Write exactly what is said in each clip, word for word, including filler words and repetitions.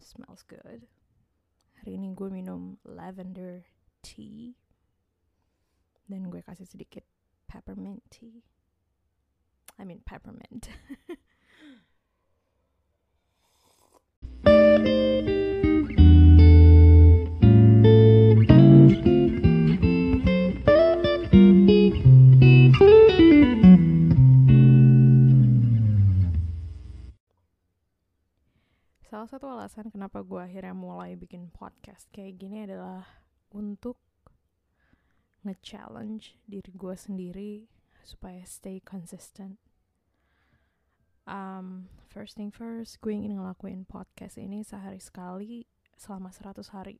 Smells good. Hari ini gue minum lavender tea. Dan gue kasih sedikit peppermint tea. I mean peppermint. Salah satu alasan kenapa gue akhirnya mulai bikin podcast kayak gini adalah untuk nge-challenge diri gue sendiri supaya stay consistent. Um, first thing first, gue ingin ngelakuin podcast ini sehari sekali selama seratus hari.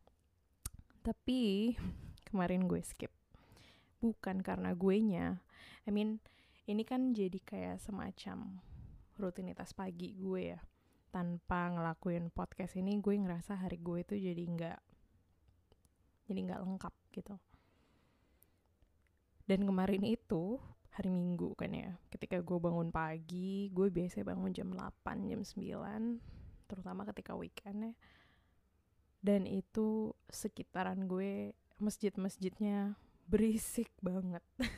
Tapi kemarin gue skip. Bukan karena guenya. I mean, ini kan jadi kayak semacam rutinitas pagi gue ya. Tanpa ngelakuin podcast ini, gue ngerasa hari gue itu jadi nggak jadi nggak lengkap gitu. Dan kemarin itu hari Minggu kan ya, ketika gue bangun pagi, gue biasa bangun jam delapan, jam sembilan, terutama ketika weekend ya. Dan itu sekitaran gue, masjid-masjidnya berisik banget.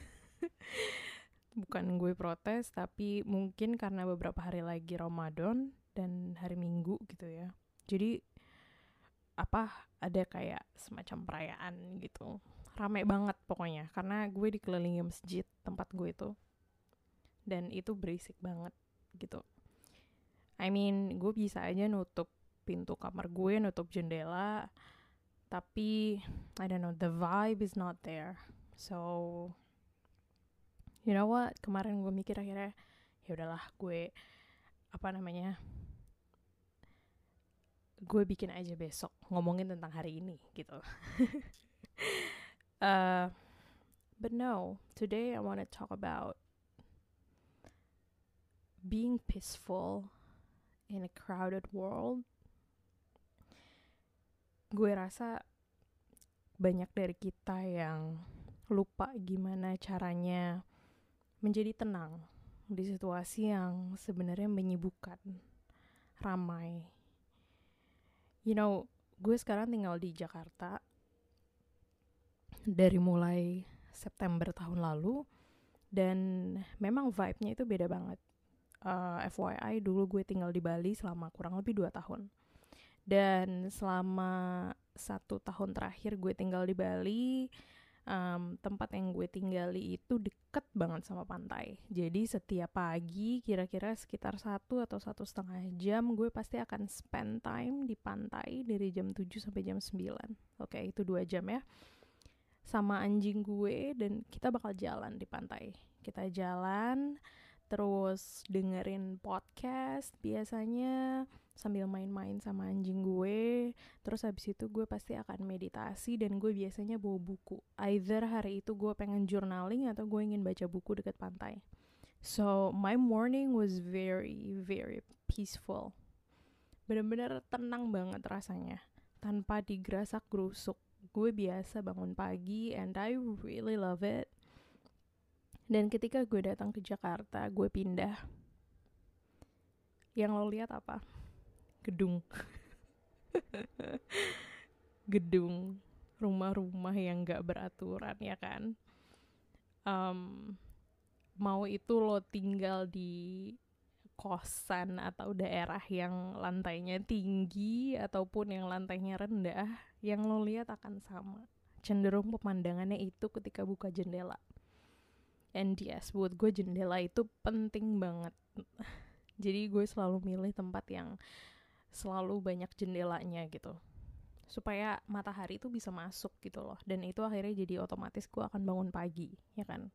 Bukan gue protes, tapi mungkin karena beberapa hari lagi Ramadan dan hari Minggu gitu ya. Jadi apa ada kayak semacam perayaan gitu. Rame banget pokoknya karena gue dikelilingi masjid tempat gue itu. Dan itu berisik banget gitu. I mean, gue bisa aja nutup pintu kamar gue, nutup jendela, tapi I don't know, the vibe is not there. So you know what? Kemarin gue mikir akhirnya ya udahlah gue apa namanya? gue bikin aja besok ngomongin tentang hari ini gitu. uh, but no, today I want to talk about being peaceful in a crowded world. Gue rasa banyak dari kita yang lupa gimana caranya menjadi tenang di situasi yang sebenarnya menyibukkan, ramai. You know, gue sekarang tinggal di Jakarta dari mulai September tahun lalu dan memang vibe-nya itu beda banget. Uh, F Y I dulu gue tinggal di Bali selama kurang lebih dua tahun. Dan selama satu tahun terakhir gue tinggal di Bali, um, tempat yang gue tinggali itu deket banget sama pantai. Jadi setiap pagi kira-kira sekitar satu atau satu setengah jam gue pasti akan spend time di pantai dari jam tujuh sampai jam sembilan. Oke, itu dua jam ya. Sama anjing gue dan kita bakal jalan di pantai. Kita jalan terus dengerin podcast biasanya sambil main-main sama anjing gue. Terus habis itu gue pasti akan meditasi dan gue biasanya bawa buku. Either hari itu gue pengen journaling atau gue ingin baca buku dekat pantai. So my morning was very very peaceful. Benar-benar tenang banget rasanya tanpa digerasak gerusuk. Gue biasa bangun pagi and I really love it. Dan ketika gue datang ke Jakarta, gue pindah. Yang lo lihat apa? Gedung. Gedung. Rumah-rumah yang gak beraturan, ya kan? Um, mau itu lo tinggal di kosan atau daerah yang lantainya tinggi ataupun yang lantainya rendah, yang lo lihat akan sama. Cenderung pemandangannya itu ketika buka jendela. And yes, buat gue jendela itu penting banget. Jadi gue selalu milih tempat yang selalu banyak jendelanya gitu. Supaya matahari itu bisa masuk gitu loh. Dan itu akhirnya jadi otomatis gue akan bangun pagi, ya kan.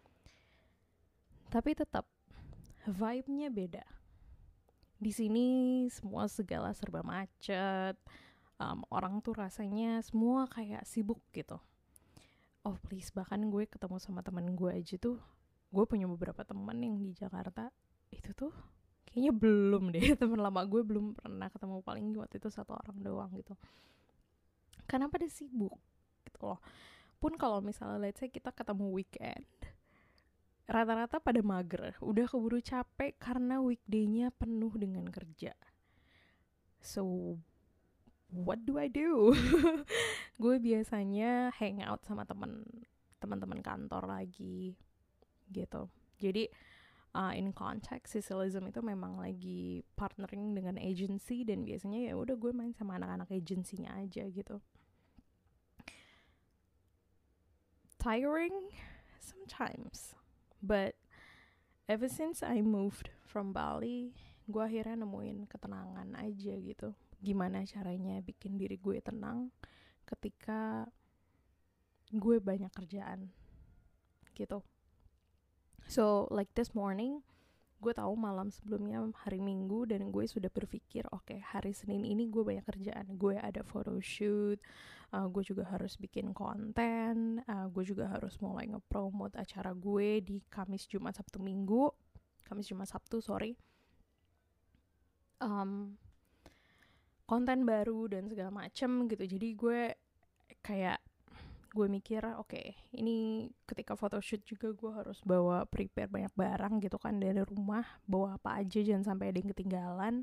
Tapi tetap vibe-nya beda. Di sini semua segala serba macet. Um, orang tuh rasanya semua kayak sibuk gitu. Oh please, bahkan gue ketemu sama teman gue aja tuh, gue punya beberapa teman yang di Jakarta, itu tuh kayaknya belum deh, teman lama gue belum pernah ketemu, paling waktu itu satu orang doang gitu. Karena pada sibuk gitu loh. Pun kalau misalnya let's say kita ketemu weekend, rata-rata pada mager, udah keburu capek karena weekday-nya penuh dengan kerja. So what do I do? Gue biasanya hang out sama temen teman-teman kantor lagi gitu. Jadi uh, in context Sicilism itu memang lagi partnering dengan agency, dan biasanya ya udah gue main sama anak-anak agensinya aja gitu. Tiring sometimes, but ever since I moved from Bali, gue akhirnya nemuin ketenangan aja gitu. Gimana caranya bikin diri gue tenang ketika gue banyak kerjaan gitu. So like this morning, gue tahu malam sebelumnya hari Minggu, dan gue sudah berpikir oke, okay, hari Senin ini gue banyak kerjaan. Gue ada photoshoot, uh, gue juga harus bikin konten, uh, gue juga harus mulai nge-promote acara gue di Kamis, Jumat, Sabtu, Minggu. Kamis, Jumat, Sabtu, sorry. Um, konten baru dan segala macem gitu. Jadi gue kayak gue mikir oke, okay, ini ketika photoshoot juga gue harus bawa prepare banyak barang gitu kan dari rumah, bawa apa aja jangan sampai ada yang ketinggalan.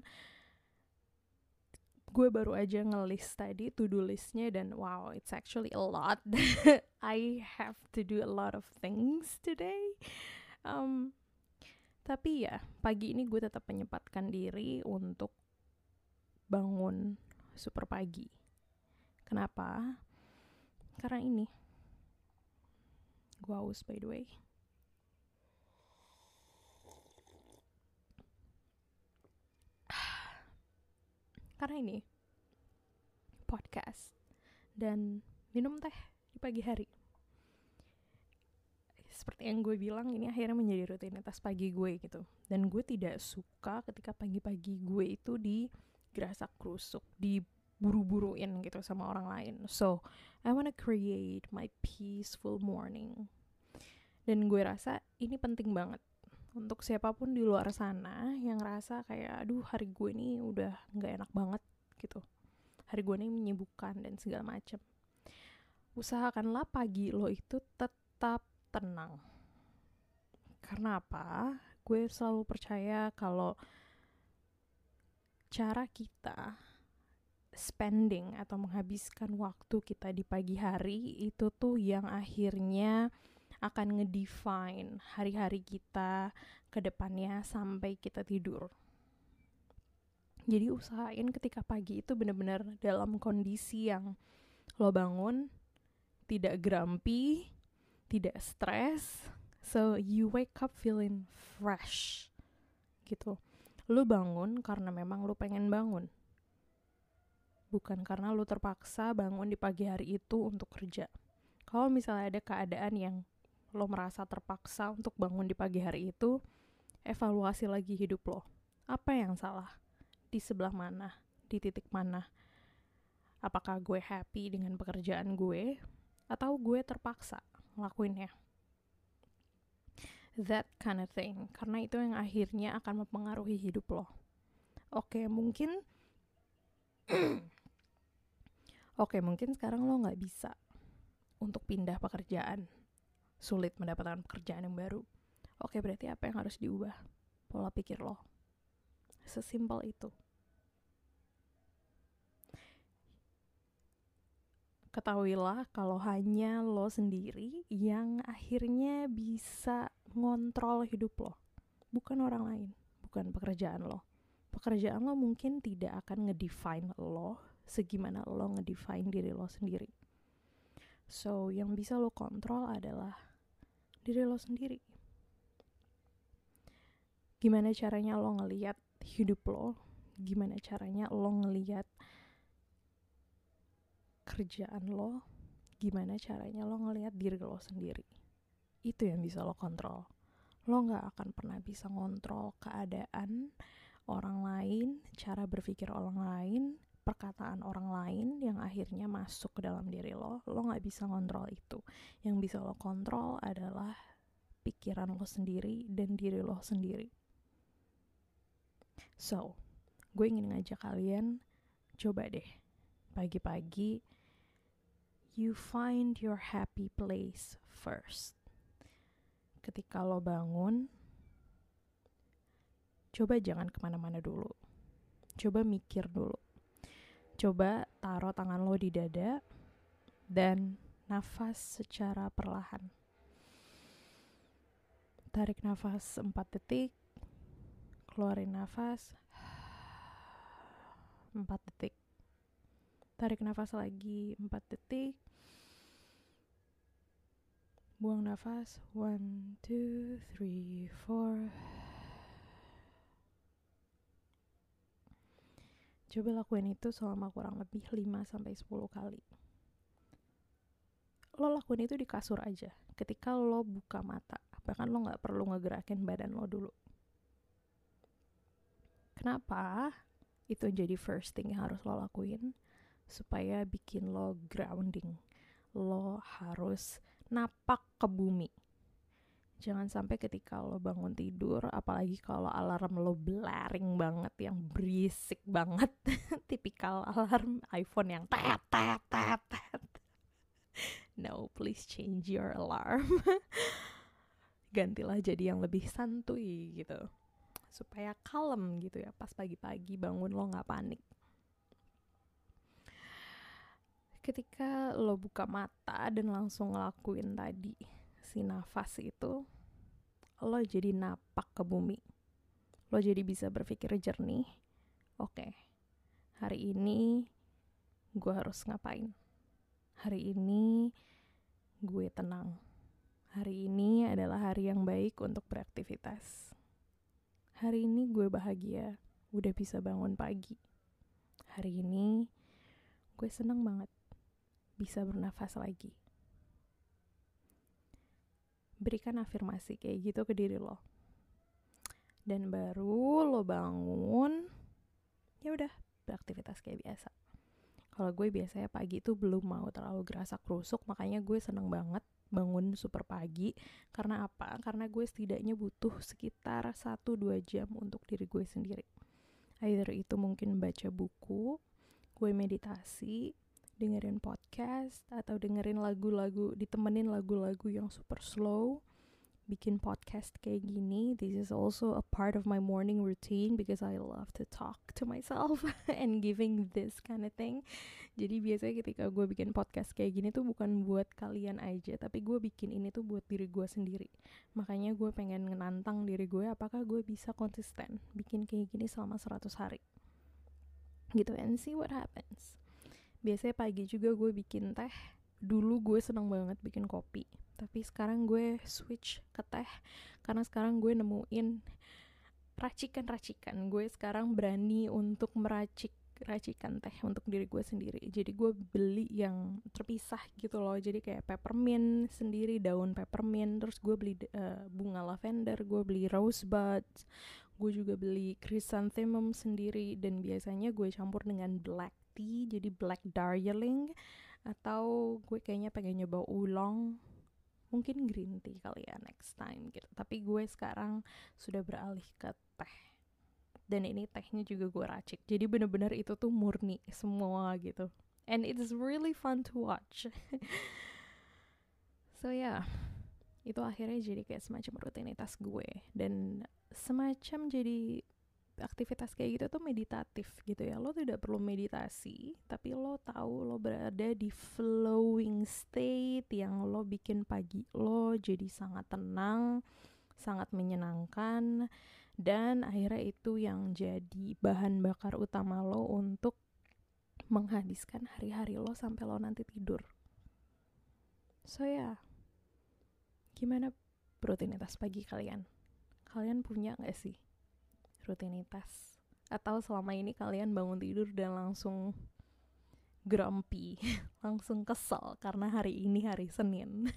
Gue baru aja nge-list tadi to-do listnya, dan wow, it's actually a lot. I have to do a lot of things today. Um, tapi ya pagi ini gue tetap menyempatkan diri untuk bangun super pagi. Kenapa? Karena ini, gue haus by the way. Karena ini podcast dan minum teh di pagi hari. Seperti yang gue bilang, ini akhirnya menjadi rutinitas pagi gue gitu. Dan gue tidak suka ketika pagi-pagi gue itu digerasak kerusuk, diburu-buruin gitu sama orang lain. So, I wanna create my peaceful morning. Dan gue rasa ini penting banget untuk siapapun di luar sana yang rasa kayak aduh hari gue ini udah gak enak banget gitu, hari gue ini menyibukkan dan segala macam. Usahakanlah pagi lo itu tetap tenang. Karena apa? Gue selalu percaya kalau cara kita spending atau menghabiskan waktu kita di pagi hari itu tuh yang akhirnya akan ngedefine hari-hari kita ke depannya sampai kita tidur. Jadi usahain ketika pagi itu benar-benar dalam kondisi yang lo bangun tidak grumpy, tidak stres, so you wake up feeling fresh gitu. Lo bangun karena memang lo pengen bangun, bukan karena lo terpaksa bangun di pagi hari itu untuk kerja. Kalau misalnya ada keadaan yang lo merasa terpaksa untuk bangun di pagi hari itu, evaluasi lagi hidup lo. Apa yang salah? Di sebelah mana? Di titik mana? Apakah gue happy dengan pekerjaan gue? Atau gue terpaksa ngelakuinnya? That kind of thing. Karena itu yang akhirnya akan mempengaruhi hidup lo. Oke, mungkin Oke, mungkin sekarang lo gak bisa untuk pindah pekerjaan, sulit mendapatkan pekerjaan yang baru. Oke, berarti apa yang harus diubah? Pola pikir lo. Sesimpel itu. Ketahuilah kalau hanya lo sendiri yang akhirnya bisa ngontrol hidup lo, bukan orang lain, bukan pekerjaan lo. Pekerjaan lo mungkin tidak akan ngedefine lo segimana lo ngedefine diri lo sendiri. So, yang bisa lo kontrol adalah diri lo sendiri. Gimana caranya lo ngelihat hidup lo? Gimana caranya lo ngelihat kerjaan lo? Gimana caranya lo ngelihat diri lo sendiri? Itu yang bisa lo kontrol. Lo gak akan pernah bisa ngontrol keadaan orang lain, cara berpikir orang lain, perkataan orang lain yang akhirnya masuk ke dalam diri lo. Lo gak bisa ngontrol itu. Yang bisa lo kontrol adalah pikiran lo sendiri dan diri lo sendiri. So, gue ingin ngajak kalian, coba deh pagi-pagi you find your happy place first. Ketika lo bangun, coba jangan kemana-mana dulu. Coba mikir dulu. Coba taruh tangan lo di dada dan nafas secara perlahan. Tarik nafas empat detik, keluarin nafas empat detik. Tarik nafas lagi empat detik. Buang nafas one, two, three, four. Coba lakuin itu selama kurang lebih lima sampai sepuluh kali. Lo lakuin itu di kasur aja. Ketika lo buka mata, bahkan lo gak perlu ngegerakin badan lo dulu. Kenapa? Itu jadi first thing yang harus lo lakuin, supaya bikin lo grounding. Lo harus napak ke bumi. Jangan sampai ketika lo bangun tidur, apalagi kalau alarm lo blaring banget, yang berisik banget, tipikal alarm iPhone yang tet tet tet tet. No, please change your alarm. Gantilah jadi yang lebih santuy gitu, supaya kalem gitu ya, pas pagi-pagi bangun lo gak panik. Ketika lo buka mata dan langsung ngelakuin tadi si nafas itu, lo jadi napak ke bumi. Lo jadi bisa berpikir jernih. Oke, hari ini gue harus ngapain? Hari ini gue tenang. Hari ini adalah hari yang baik untuk beraktivitas. Hari ini gue bahagia, udah bisa bangun pagi. Hari ini gue senang banget bisa bernafas lagi. Berikan afirmasi kayak gitu ke diri lo. Dan baru lo bangun, ya udah beraktivitas kayak biasa. Kalau gue biasanya pagi itu belum mau terlalu gerasak kerusuk, makanya gue seneng banget bangun super pagi. Karena apa? Karena gue setidaknya butuh sekitar satu dua jam untuk diri gue sendiri. Either itu mungkin baca buku, gue meditasi, dengerin podcast, atau dengerin lagu-lagu, ditemenin lagu-lagu yang super slow. Bikin podcast kayak gini, this is also a part of my morning routine because I love to talk to myself and giving this kind of thing. Jadi biasanya ketika gue bikin podcast kayak gini tuh bukan buat kalian aja, tapi gue bikin ini tuh buat diri gue sendiri. Makanya gue pengen nantang diri gue, apakah gue bisa konsisten bikin kayak gini selama seratus hari gitu, and see what happens. Biasanya pagi juga gue bikin teh. Dulu gue seneng banget bikin kopi, tapi sekarang gue switch ke teh karena sekarang gue nemuin racikan-racikan. Gue sekarang berani untuk meracik racikan teh untuk diri gue sendiri. Jadi gue beli yang terpisah gitu loh. Jadi kayak peppermint sendiri, daun peppermint. Terus gue beli uh, bunga lavender, gue beli rosebuds, gue juga beli chrysanthemum sendiri. Dan biasanya gue campur dengan black tea, jadi black darjeeling. Atau gue kayaknya pengen nyoba oolong, mungkin green tea kali ya next time gitu. Tapi gue sekarang sudah beralih ke teh. Dan ini tehnya juga gue racik. Jadi bener-bener itu tuh murni semua gitu. And it's really fun to watch. So ya, yeah, itu akhirnya jadi kayak semacam rutinitas gue. Dan semacam jadi aktivitas kayak gitu tuh meditatif gitu ya. Lo tidak perlu meditasi, tapi lo tahu lo berada di flowing state yang lo bikin pagi lo jadi sangat tenang, sangat menyenangkan, dan akhirnya itu yang jadi bahan bakar utama lo untuk menghabiskan hari-hari lo sampai lo nanti tidur. So ya, yeah, gimana rutinitas pagi kalian? Kalian punya gak sih rutinitas? Atau selama ini kalian bangun tidur dan langsung grumpy, langsung kesel karena hari ini hari Senin?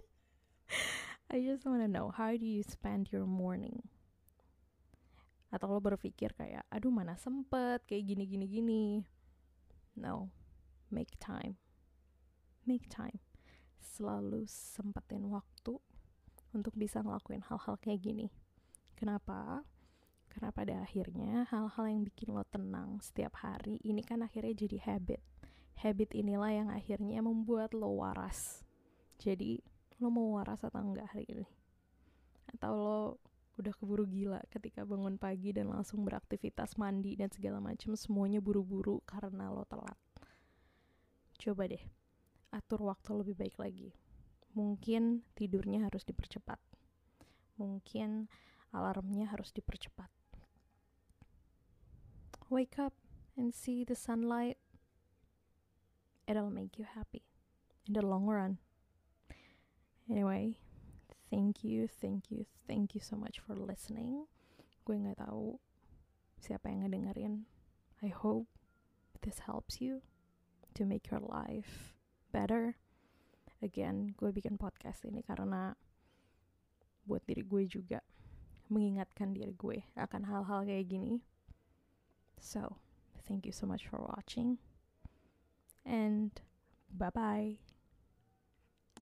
I just wanna know, how do you spend your morning? Atau lo berpikir kayak, aduh mana sempet kayak gini-gini-gini. No, make time. Make time. Selalu sempetin waktu untuk bisa ngelakuin hal-hal kayak gini. Kenapa? Karena pada akhirnya hal-hal yang bikin lo tenang setiap hari ini kan akhirnya jadi habit. Habit inilah yang akhirnya membuat lo waras. Jadi lo mau waras atau enggak hari ini? Atau lo udah keburu gila ketika bangun pagi dan langsung beraktivitas, mandi dan segala macam, semuanya buru-buru karena lo telat. Coba deh atur waktu lebih baik lagi. Mungkin tidurnya harus dipercepat. Mungkin alarmnya harus dipercepat. Wake up and see the sunlight. It'll make you happy in the long run. Anyway, thank you, thank you, thank you so much for listening. Gue gak tahu siapa yang ngedengerin. I hope this helps you to make your life better. Again, gue bikin podcast ini karena buat diri gue juga, mengingatkan diri gue akan hal-hal kayak gini. So, thank you so much for watching. And bye-bye.